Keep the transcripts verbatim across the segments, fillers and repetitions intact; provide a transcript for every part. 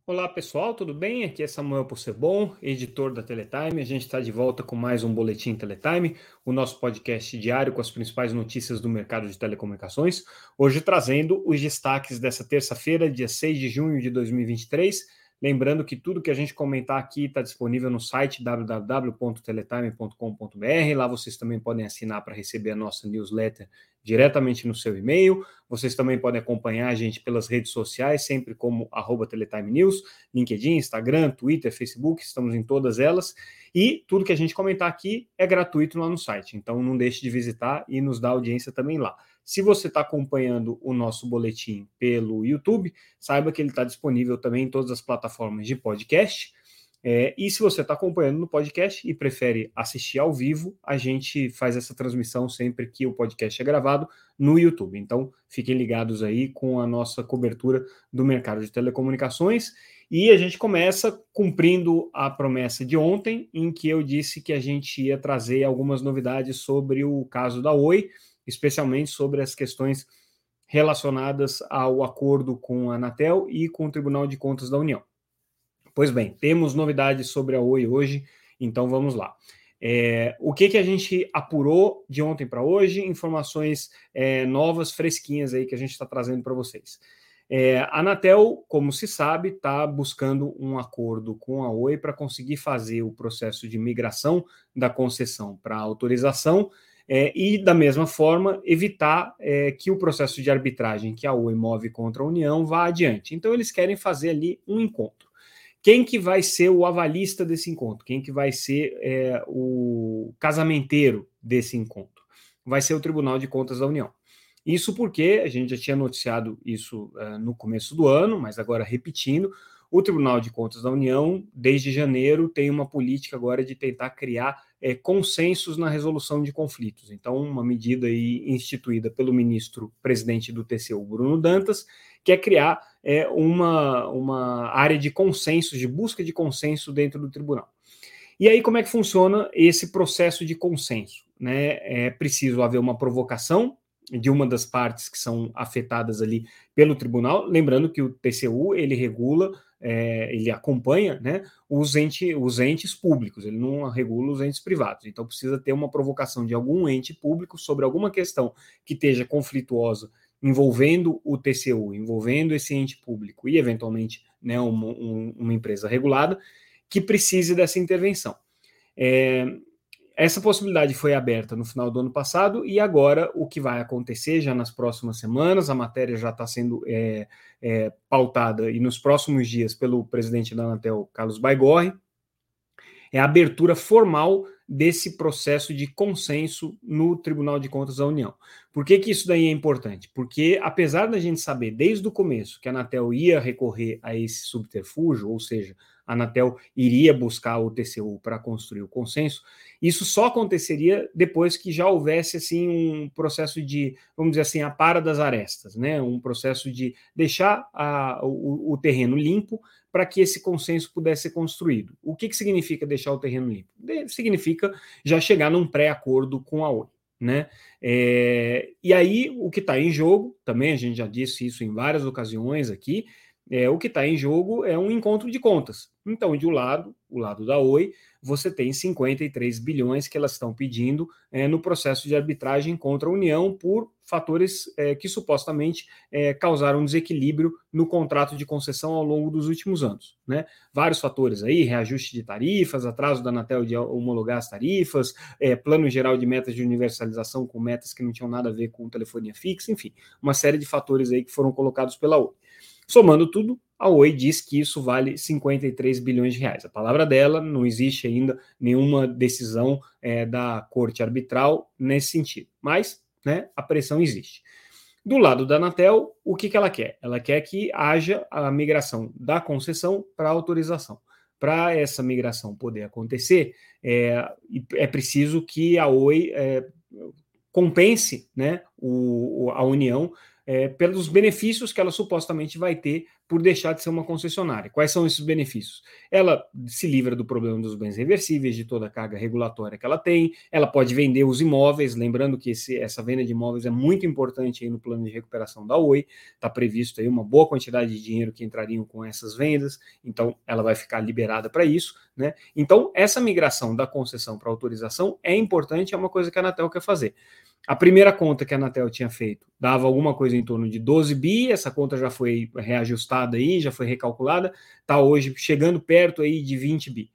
Olá pessoal, tudo bem? Aqui é Samuel Possebon, editor da Teletime. A gente está de volta com mais um Boletim Teletime, o nosso podcast diário com as principais notícias do mercado de telecomunicações. Hoje trazendo os destaques dessa terça-feira, dia seis de junho de dois mil e vinte e três. Lembrando que tudo que a gente comentar aqui está disponível no site w w w ponto teletime ponto com ponto b r. Lá vocês também podem assinar para receber a nossa newsletter diretamente no seu e-mail. Vocês também podem acompanhar a gente pelas redes sociais, sempre como arroba Teletime News, LinkedIn, Instagram, Twitter, Facebook, estamos em todas elas. E tudo que a gente comentar aqui é gratuito lá no site, então não deixe de visitar e nos dar audiência também lá. Se você está acompanhando o nosso boletim pelo YouTube, saiba que ele está disponível também em todas as plataformas de podcast. É, e se você está acompanhando no podcast e prefere assistir ao vivo, a gente faz essa transmissão sempre que o podcast é gravado no YouTube. Então, fiquem ligados aí com a nossa cobertura do mercado de telecomunicações. E a gente começa cumprindo a promessa de ontem, em que eu disse que a gente ia trazer algumas novidades sobre o caso da Oi, especialmente sobre as questões relacionadas ao acordo com a Anatel e com o Tribunal de Contas da União. Pois bem, temos novidades sobre a Oi hoje, então vamos lá. É, o que, que a gente apurou de ontem para hoje? Informações é, novas, fresquinhas aí que a gente está trazendo para vocês. É, a Anatel, como se sabe, está buscando um acordo com a Oi para conseguir fazer o processo de migração da concessão para autorização é, e, da mesma forma, evitar é, que o processo de arbitragem que a Oi move contra a União vá adiante. Então, eles querem fazer ali um encontro. Quem que vai ser o avalista desse encontro? Quem que vai ser é, o casamenteiro desse encontro? Vai ser o Tribunal de Contas da União. Isso porque a gente já tinha noticiado isso uh, no começo do ano, mas agora repetindo, o Tribunal de Contas da União, desde janeiro, tem uma política agora de tentar criar é, consensos na resolução de conflitos. Então, uma medida aí instituída pelo ministro-presidente do T C U, Bruno Dantas, que é criar é, uma, uma área de consenso, de busca de consenso dentro do tribunal. E aí, como é que funciona esse processo de consenso? Né? É preciso haver uma provocação de uma das partes que são afetadas ali pelo tribunal, lembrando que o T C U, ele regula, é, ele acompanha, né, os, ente, os entes públicos, ele não regula os entes privados, então precisa ter uma provocação de algum ente público sobre alguma questão que esteja conflituosa envolvendo o T C U, envolvendo esse ente público e, eventualmente, né, uma, um, uma empresa regulada, que precise dessa intervenção. É, essa possibilidade foi aberta no final do ano passado e agora o que vai acontecer já nas próximas semanas, a matéria já está sendo é, é, pautada e nos próximos dias pelo presidente da Anatel, Carlos Baigorre, é a abertura formal desse processo de consenso no Tribunal de Contas da União. Por que, que isso daí é importante? Porque, apesar da gente saber desde o começo que a Anatel ia recorrer a esse subterfúgio, ou seja, a Anatel iria buscar o T C U para construir o consenso, isso só aconteceria depois que já houvesse assim um processo de, vamos dizer assim, a para das arestas, né? Um processo de deixar a, o, o terreno limpo para que esse consenso pudesse ser construído. O que, que significa deixar o terreno limpo? Significa já chegar num pré-acordo com a Oi. Né? É, e aí, o que está em jogo, também a gente já disse isso em várias ocasiões aqui, é, o que está em jogo é um encontro de contas. Então, de um lado, o lado da Oi, você tem cinquenta e três bilhões que elas estão pedindo é, no processo de arbitragem contra a União por fatores é, que supostamente é, causaram desequilíbrio no contrato de concessão ao longo dos últimos anos. Né? Vários fatores aí, reajuste de tarifas, atraso da Anatel de homologar as tarifas, é, plano geral de metas de universalização com metas que não tinham nada a ver com telefonia fixa, enfim, uma série de fatores aí que foram colocados pela Oi. Somando tudo, a Oi diz que isso vale cinquenta e três bilhões de reais. A palavra dela, não existe ainda nenhuma decisão é, da corte arbitral nesse sentido. Mas, né, a pressão existe. Do lado da Anatel, o que, que ela quer? Ela quer que haja a migração da concessão para a autorização. Para essa migração poder acontecer, é, é preciso que a Oi é, compense, né, o, a União é, pelos benefícios que ela supostamente vai ter por deixar de ser uma concessionária. Quais são esses benefícios? Ela se livra do problema dos bens reversíveis, de toda a carga regulatória que ela tem, ela pode vender os imóveis, lembrando que esse, essa venda de imóveis é muito importante aí no plano de recuperação da Oi, está previsto aí uma boa quantidade de dinheiro que entrariam com essas vendas, então ela vai ficar liberada para isso, né? Então, essa migração da concessão para autorização é importante, é uma coisa que a Anatel quer fazer. A primeira conta que a Anatel tinha feito dava alguma coisa em torno de doze bi, essa conta já foi reajustada aí, já foi recalculada, está hoje chegando perto aí de vinte bi.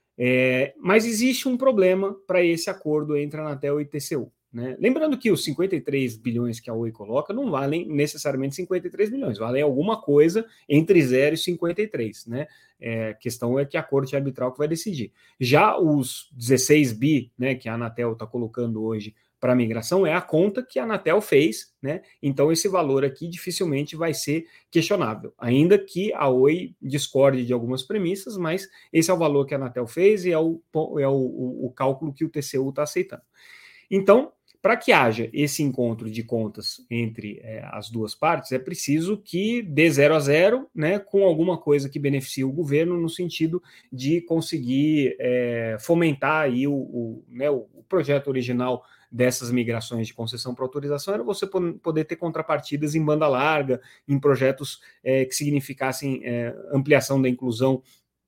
É, mas existe um problema para esse acordo entre a Anatel e T C U. Né? Lembrando que os cinquenta e três bilhões que a Oi coloca não valem necessariamente cinquenta e três bilhões, valem alguma coisa entre zero e cinquenta e três. Né? É, a questão é que a corte arbitral que vai decidir. Já os dezesseis bi, né, que a Anatel está colocando hoje para a migração, é a conta que a Anatel fez, né? Então esse valor aqui dificilmente vai ser questionável, ainda que a Oi discorde de algumas premissas, mas esse é o valor que a Anatel fez e é o, é o, o, o cálculo que o T C U está aceitando. Então, para que haja esse encontro de contas entre é, as duas partes, é preciso que dê zero a zero, né, com alguma coisa que beneficie o governo no sentido de conseguir é, fomentar aí o, o, né, o projeto original dessas migrações de concessão para autorização era você poder ter contrapartidas em banda larga, em projetos é, que significassem é, ampliação da inclusão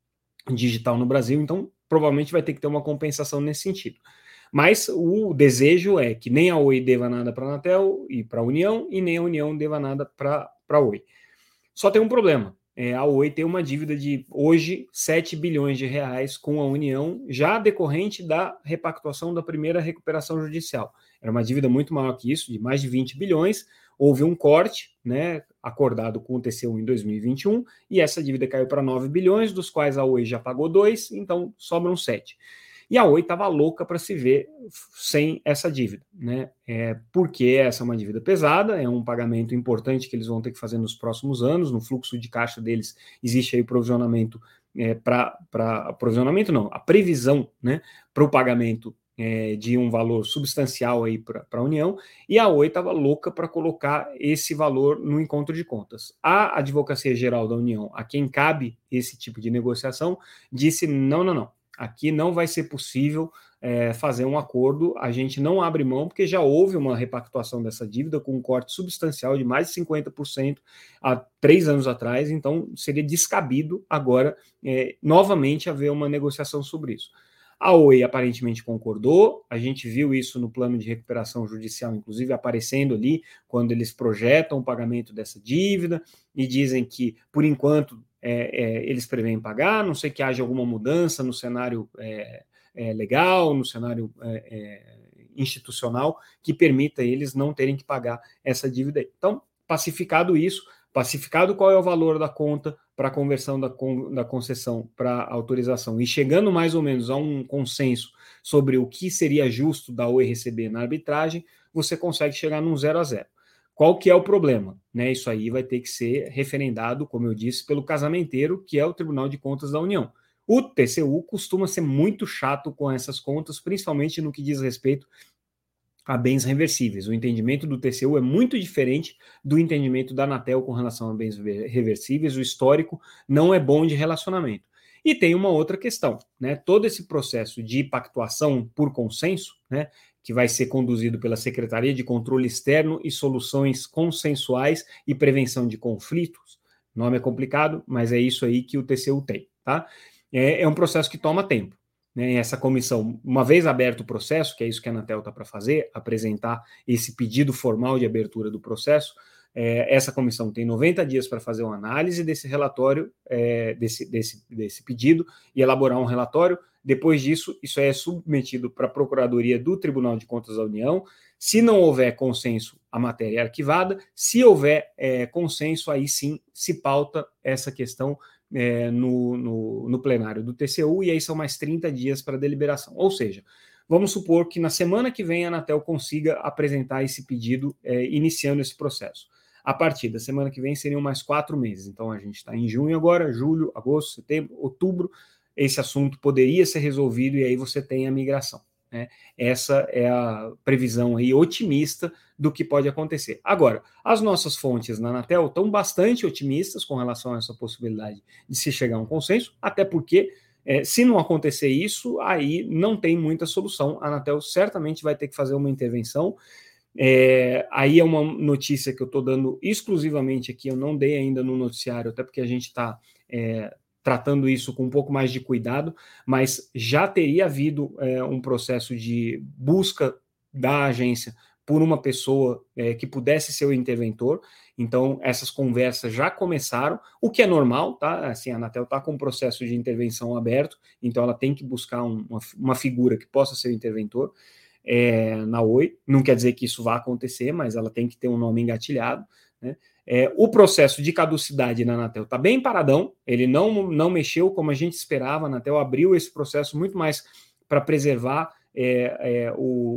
digital no Brasil. Então, provavelmente vai ter que ter uma compensação nesse sentido. Mas o desejo é que nem a Oi deva nada para a Anatel e para a União, e nem a União deva nada para a Oi. Só tem um problema. É, a Oi tem uma dívida de, hoje, sete bilhões de reais com a União, já decorrente da repactuação da primeira recuperação judicial. Era uma dívida muito maior que isso, de mais de vinte bilhões. Houve um corte, né, acordado com o T C U em dois mil e vinte e um, e essa dívida caiu para nove bilhões, dos quais a Oi já pagou dois, então sobram sete. E a Oi estava louca para se ver sem essa dívida, né? É, porque essa é uma dívida pesada, é um pagamento importante que eles vão ter que fazer nos próximos anos, no fluxo de caixa deles existe aí o provisionamento é, para provisionamento não, a previsão, né, para o pagamento é, de um valor substancial aí para a União, e a Oi estava louca para colocar esse valor no encontro de contas. A Advocacia Geral da União, a quem cabe esse tipo de negociação, disse não, não, não. Aqui não vai ser possível é, fazer um acordo, a gente não abre mão, porque já houve uma repactuação dessa dívida com um corte substancial de mais de cinquenta por cento há três anos atrás, então seria descabido agora é, novamente haver uma negociação sobre isso. A Oi aparentemente concordou, a gente viu isso no plano de recuperação judicial, inclusive aparecendo ali, quando eles projetam o pagamento dessa dívida e dizem que, por enquanto, É, é, eles prevêem pagar, não sei que haja alguma mudança no cenário é, é, legal, no cenário é, é, institucional, que permita eles não terem que pagar essa dívida aí. Então, pacificado isso, pacificado qual é o valor da conta para a conversão da, da concessão para autorização, e chegando mais ou menos a um consenso sobre o que seria justo da Oi receber na arbitragem, você consegue chegar num zero a zero. Qual que é o problema? Né, isso aí vai ter que ser referendado, como eu disse, pelo casamenteiro, que é o Tribunal de Contas da União. O T C U costuma ser muito chato com essas contas, principalmente no que diz respeito a bens reversíveis. O entendimento do T C U é muito diferente do entendimento da Anatel com relação a bens reversíveis. O histórico não é bom de relacionamento. E tem uma outra questão, né? Todo esse processo de pactuação por consenso, né, que vai ser conduzido pela Secretaria de Controle Externo e Soluções Consensuais e Prevenção de Conflitos. O nome é complicado, mas é isso aí que o T C U tem, tá? É, é um processo que toma tempo. Né, essa comissão, uma vez aberto o processo, que é isso que a Anatel está para fazer, apresentar esse pedido formal de abertura do processo, é, essa comissão tem noventa dias para fazer uma análise desse relatório, é, desse, desse, desse pedido, e elaborar um relatório. Depois disso, isso é submetido para a Procuradoria do Tribunal de Contas da União. Se não houver consenso, a matéria é arquivada. Se houver é, consenso, aí sim se pauta essa questão É, no, no, no plenário do T C U, e aí são mais trinta dias para deliberação. Ou seja, vamos supor que na semana que vem a Anatel consiga apresentar esse pedido, é, iniciando esse processo. A partir da semana que vem seriam mais quatro meses. Então a gente está em junho agora, julho, agosto, setembro, outubro. Esse assunto poderia ser resolvido e aí você tem a migração. né? Essa é a previsão aí otimista do que pode acontecer. Agora, as nossas fontes na Anatel estão bastante otimistas com relação a essa possibilidade de se chegar a um consenso, até porque, é, se não acontecer isso, aí não tem muita solução. A Anatel certamente vai ter que fazer uma intervenção. É, aí é uma notícia que eu estou dando exclusivamente aqui, eu não dei ainda no noticiário, até porque a gente está é, tratando isso com um pouco mais de cuidado, mas já teria havido é, um processo de busca da agência por uma pessoa é, que pudesse ser o interventor. Então essas conversas já começaram, o que é normal, tá? Assim, a Anatel está com um processo de intervenção aberto, então ela tem que buscar um, uma, uma figura que possa ser o interventor. É, na Oi, não quer dizer que isso vá acontecer, mas ela tem que ter um nome engatilhado, né? É, o processo de caducidade na Anatel está bem paradão, ele não, não mexeu como a gente esperava. A Anatel abriu esse processo muito mais para preservar é, é,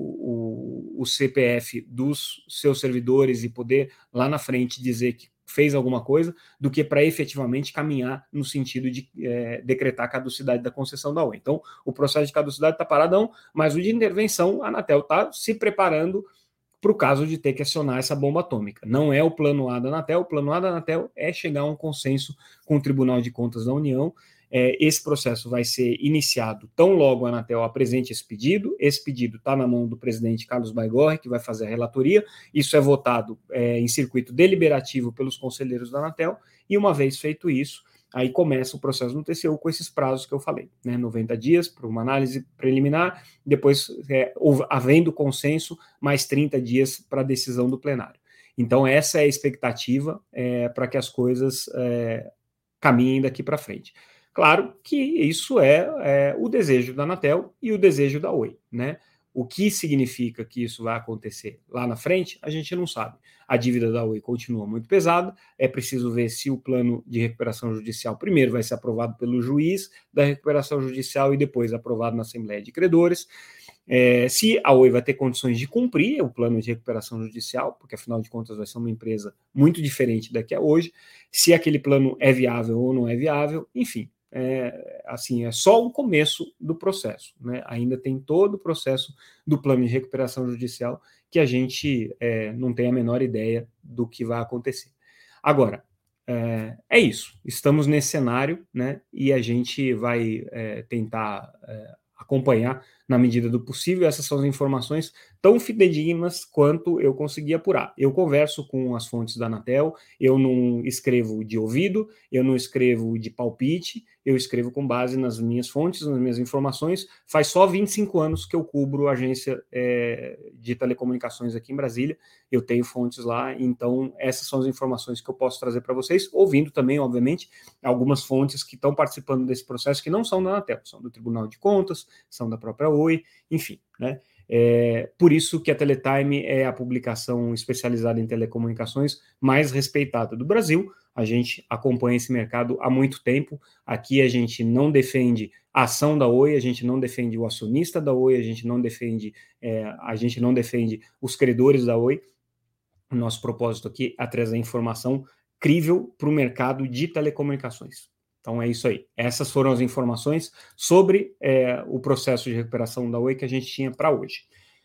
o, o, o C P F dos seus servidores e poder lá na frente dizer que fez alguma coisa, do que para efetivamente caminhar no sentido de é, decretar a caducidade da concessão da Oi. Então, o processo de caducidade está paradão, mas o de intervenção, a Anatel está se preparando para o caso de ter que acionar essa bomba atômica. Não é o plano A da Anatel, o plano A da Anatel é chegar a um consenso com o Tribunal de Contas da União. É, esse processo vai ser iniciado tão logo a Anatel apresente esse pedido. Esse pedido está na mão do presidente Carlos Baigorre, que vai fazer a relatoria. Isso é votado é, em circuito deliberativo pelos conselheiros da Anatel, e uma vez feito isso, aí começa o processo no T C U com esses prazos que eu falei, né? noventa dias para uma análise preliminar, depois, é, havendo consenso, mais trinta dias para a decisão do plenário. Então, essa é a expectativa é, para que as coisas é, caminhem daqui para frente. Claro que isso é, é o desejo da Anatel e o desejo da Oi, né? O que significa que isso vai acontecer lá na frente, a gente não sabe. A dívida da Oi continua muito pesada, é preciso ver se o plano de recuperação judicial primeiro vai ser aprovado pelo juiz da recuperação judicial e depois aprovado na Assembleia de Credores. É, se a Oi vai ter condições de cumprir o plano de recuperação judicial, porque afinal de contas vai ser uma empresa muito diferente da que é hoje, se aquele plano é viável ou não é viável, enfim. É, assim, é só o começo do processo, né? Ainda tem todo o processo do plano de recuperação judicial que a gente é, não tem a menor ideia do que vai acontecer. Agora, é, é isso, estamos nesse cenário, né? E a gente vai é, tentar é, acompanhar na medida do possível. Essas são as informações tão fidedignas quanto eu consegui apurar. Eu converso com as fontes da Anatel, eu não escrevo de ouvido, eu não escrevo de palpite, eu escrevo com base nas minhas fontes, nas minhas informações. Faz só vinte e cinco anos que eu cubro a agência é, de telecomunicações aqui em Brasília, eu tenho fontes lá, então essas são as informações que eu posso trazer para vocês, ouvindo também, obviamente, algumas fontes que estão participando desse processo que não são da Anatel, são do Tribunal de Contas, são da própria Oi, enfim, né? É, por isso que a Teletime é a publicação especializada em telecomunicações mais respeitada do Brasil. A gente acompanha esse mercado há muito tempo. Aqui a gente não defende a ação da Oi, a gente não defende o acionista da Oi, a gente não defende, é, a gente não defende os credores da Oi. O nosso propósito aqui é trazer informação crível para o mercado de telecomunicações. Então é isso aí. Essas foram as informações sobre é, o processo de recuperação da Oi que a gente tinha para hoje.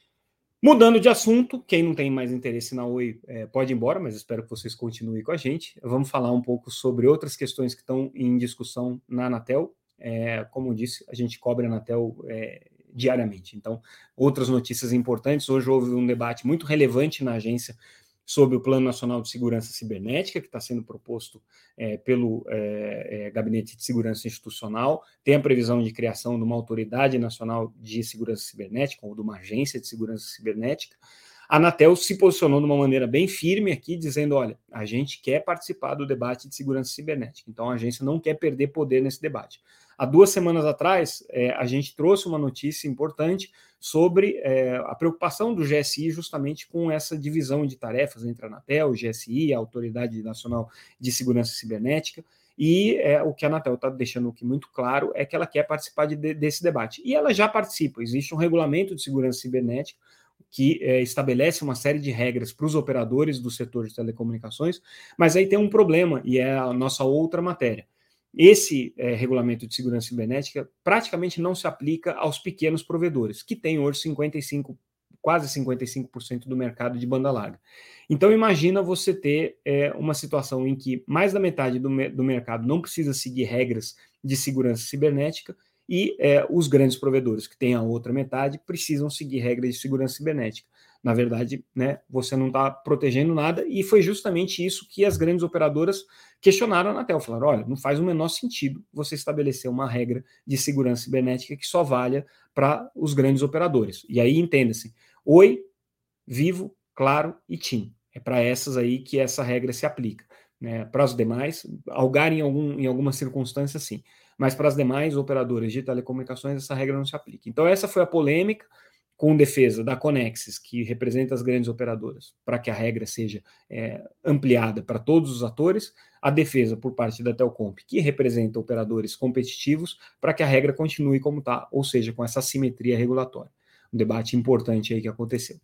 Mudando de assunto, quem não tem mais interesse na Oi é, pode ir embora, mas espero que vocês continuem com a gente. Vamos falar um pouco sobre outras questões que estão em discussão na Anatel. É, como disse, a gente cobre a Anatel é, diariamente. Então, outras notícias importantes. Hoje houve um debate muito relevante na agência sobre o Plano Nacional de Segurança Cibernética, que está sendo proposto é, pelo é, é, Gabinete de Segurança Institucional. Tem a previsão de criação de uma Autoridade Nacional de Segurança Cibernética, ou de uma Agência de Segurança Cibernética. A Anatel se posicionou de uma maneira bem firme aqui, dizendo, olha, a gente quer participar do debate de segurança cibernética, então a agência não quer perder poder nesse debate. Há duas semanas atrás, é, a gente trouxe uma notícia importante sobre é, a preocupação do G S I justamente com essa divisão de tarefas entre a Anatel, o G S I, a Autoridade Nacional de Segurança Cibernética, e é, o que a Anatel está deixando aqui muito claro é que ela quer participar de, de, desse debate. E ela já participa, existe um regulamento de segurança cibernética que é, estabelece uma série de regras para os operadores do setor de telecomunicações, mas aí tem um problema, e é a nossa outra matéria. esse é, regulamento de segurança cibernética praticamente não se aplica aos pequenos provedores, que têm hoje cinquenta e cinco, quase cinquenta e cinco por cento do mercado de banda larga. Então, imagina você ter é, uma situação em que mais da metade do, do mercado não precisa seguir regras de segurança cibernética e é, os grandes provedores, que têm a outra metade, precisam seguir regras de segurança cibernética. Na verdade, né, você não está protegendo nada, e foi justamente isso que as grandes operadoras questionaram a Anatel. Falaram, olha, não faz o menor sentido você estabelecer uma regra de segurança cibernética que só valha para os grandes operadores. E aí, entenda-se, Oi, Vivo, Claro e TIM. É para essas aí que essa regra se aplica. Né? Para os demais, Algar em, algum, em algumas circunstâncias, sim. Mas para as demais operadoras de telecomunicações, essa regra não se aplica. Então, essa foi a polêmica, com defesa da Conexis, que representa as grandes operadoras, para que a regra seja é, ampliada para todos os atores, a defesa por parte da Telcomp, que representa operadores competitivos, para que a regra continue como está, ou seja, com essa assimetria regulatória. Um debate importante aí que aconteceu.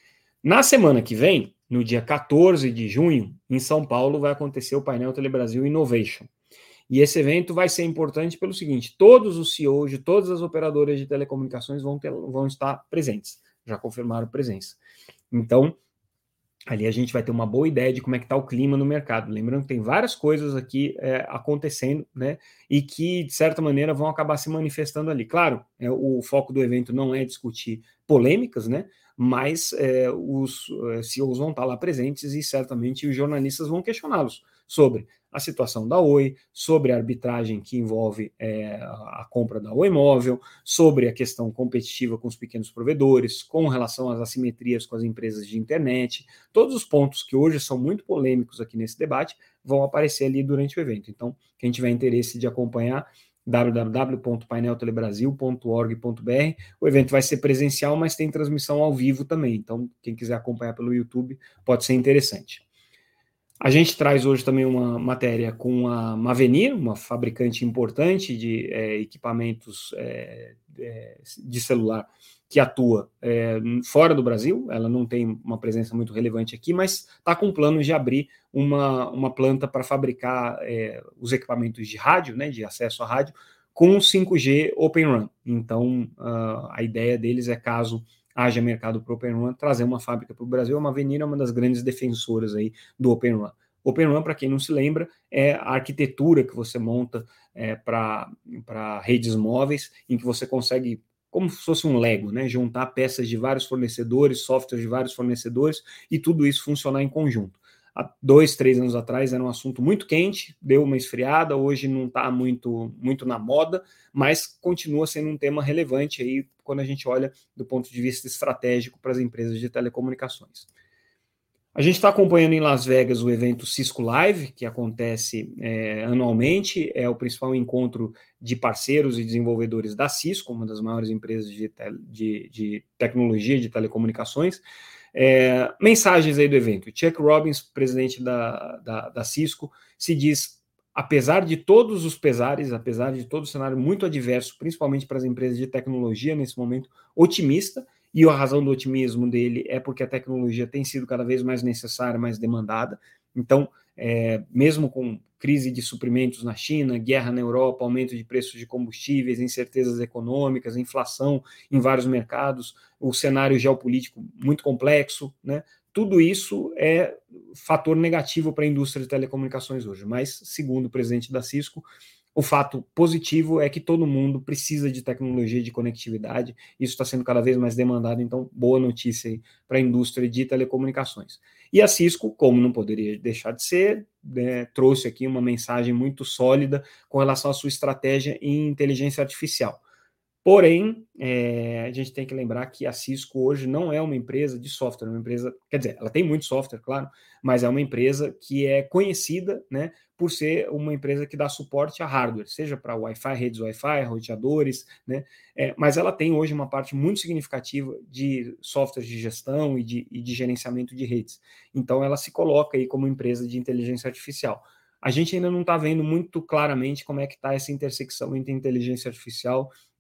Na semana que vem, no dia quatorze de junho, em São Paulo, vai acontecer o painel Telebrasil Innovation. E esse evento vai ser importante pelo seguinte, todos os C E Os de todas as operadoras de telecomunicações vão, ter, vão estar presentes, já confirmaram presença. Então, ali a gente vai ter uma boa ideia de como é que está o clima no mercado. Lembrando que tem várias coisas aqui é, acontecendo, né, e que, de certa maneira, vão acabar se manifestando ali. Claro, é, o foco do evento não é discutir polêmicas, né, mas é, os é, C E Os vão estar lá presentes e certamente os jornalistas vão questioná-los sobre a situação da Oi, sobre a arbitragem que envolve é, a compra da Oi Móvel, sobre a questão competitiva com os pequenos provedores, com relação às assimetrias com as empresas de internet. Todos os pontos que hoje são muito polêmicos aqui nesse debate vão aparecer ali durante o evento. Então, quem tiver interesse de acompanhar, w w w ponto painel telebrasil ponto org ponto b r. O evento vai ser presencial, mas tem transmissão ao vivo também. Então, quem quiser acompanhar pelo YouTube, pode ser interessante. A gente traz hoje também uma matéria com a Mavenir, uma fabricante importante de é, equipamentos é, é, de celular que atua é, fora do Brasil. Ela não tem uma presença muito relevante aqui, mas está com planos de abrir uma, uma planta para fabricar é, os equipamentos de rádio, né, de acesso à rádio, com cinco G Open RAN. Então, uh, a ideia deles é, caso haja mercado para o Open RAN, trazer uma fábrica para o Brasil. A Mavenir é uma das grandes defensoras aí do Open RAN. Open RAN, para quem não se lembra, é a arquitetura que você monta é, para redes móveis, em que você consegue, como se fosse um Lego, né, juntar peças de vários fornecedores, softwares de vários fornecedores, e tudo isso funcionar em conjunto. Há dois, três anos atrás era um assunto muito quente, deu uma esfriada, hoje não está muito, muito na moda, mas continua sendo um tema relevante aí quando a gente olha do ponto de vista estratégico para as empresas de telecomunicações. A gente está acompanhando em Las Vegas o evento Cisco Live, que acontece é, anualmente, é o principal encontro de parceiros e desenvolvedores da Cisco, uma das maiores empresas de, te de, de tecnologia de telecomunicações. É, mensagens aí do evento. Chuck Robbins, presidente da, da, da Cisco, se diz, apesar de todos os pesares, apesar de todo o cenário muito adverso, principalmente para as empresas de tecnologia nesse momento, otimista. E a razão do otimismo dele é porque a tecnologia tem sido cada vez mais necessária, mais demandada. Então, é, mesmo com crise de suprimentos na China, guerra na Europa, aumento de preços de combustíveis, incertezas econômicas, inflação em vários mercados, o cenário geopolítico muito complexo, né? Tudo isso é fator negativo para a indústria de telecomunicações hoje. Mas, segundo o presidente da Cisco, o fato positivo é que todo mundo precisa de tecnologia de conectividade, isso está sendo cada vez mais demandado, então boa notícia aí para a indústria de telecomunicações. E a Cisco, como não poderia deixar de ser, né, trouxe aqui uma mensagem muito sólida com relação à sua estratégia em inteligência artificial. Porém, é, a gente tem que lembrar que a Cisco hoje não é uma empresa de software, é uma empresa, quer dizer, ela tem muito software, claro, mas é uma empresa que é conhecida, né, por ser uma empresa que dá suporte a hardware, seja para Wi-Fi, redes Wi-Fi, roteadores, né, é, mas ela tem hoje uma parte muito significativa de softwares de gestão e de, e de gerenciamento de redes. Então, ela se coloca aí como empresa de inteligência artificial. A gente ainda não está vendo muito claramente como é que está essa intersecção entre inteligência artificial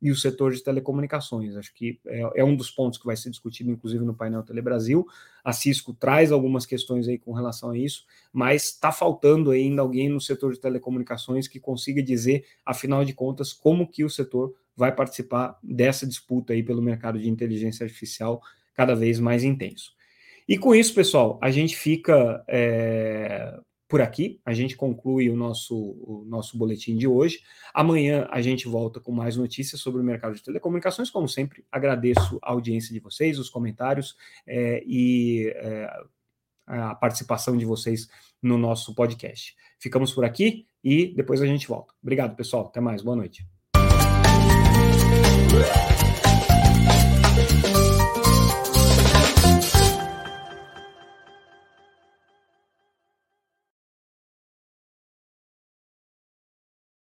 e o setor de telecomunicações. Acho que é, é um dos pontos que vai ser discutido, inclusive, no painel Telebrasil. A Cisco traz algumas questões aí com relação a isso, mas está faltando ainda alguém no setor de telecomunicações que consiga dizer, afinal de contas, como que o setor vai participar dessa disputa aí pelo mercado de inteligência artificial cada vez mais intenso. E com isso, pessoal, a gente fica é, por aqui, a gente conclui o nosso, o nosso boletim de hoje. Amanhã a gente volta com mais notícias sobre o mercado de telecomunicações. Como sempre, agradeço a audiência de vocês, os comentários é, e é, a participação de vocês no nosso podcast. Ficamos por aqui e depois a gente volta. Obrigado, pessoal. Até mais. Boa noite.